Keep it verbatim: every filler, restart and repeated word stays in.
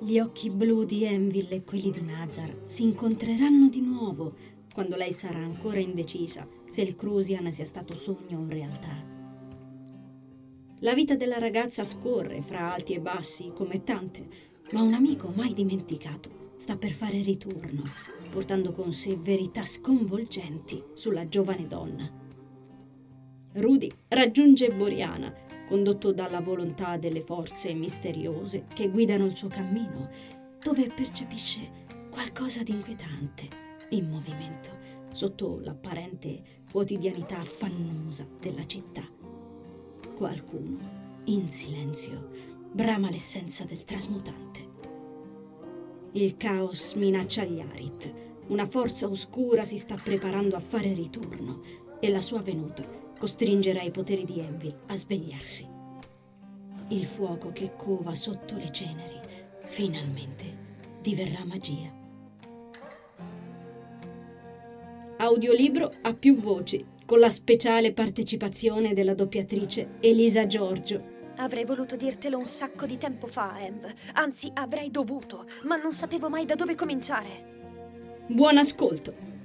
Gli occhi blu di Envil e quelli di Nazar si incontreranno di nuovo quando lei sarà ancora indecisa se il Crucian sia stato sogno o realtà. La vita della ragazza scorre fra alti e bassi come tante, ma un amico mai dimenticato sta per fare ritorno, portando con sé verità sconvolgenti sulla giovane donna. Rudy raggiunge Boriana, condotto dalla volontà delle forze misteriose che guidano il suo cammino, dove percepisce qualcosa di inquietante in movimento sotto l'apparente quotidianità affannosa della città. Qualcuno, in silenzio, brama l'essenza del trasmutante. Il caos minaccia gli Arit. Una forza oscura si sta preparando a fare ritorno e la sua venuta costringerà i poteri di Envil a svegliarsi. Il fuoco che cova sotto le ceneri finalmente diverrà magia. Audiolibro a più voci, con la speciale partecipazione della doppiatrice Elisa Giorgio. Avrei voluto dirtelo un sacco di tempo fa, Emb. Anzi, avrei dovuto, ma non sapevo mai da dove cominciare. Buon ascolto!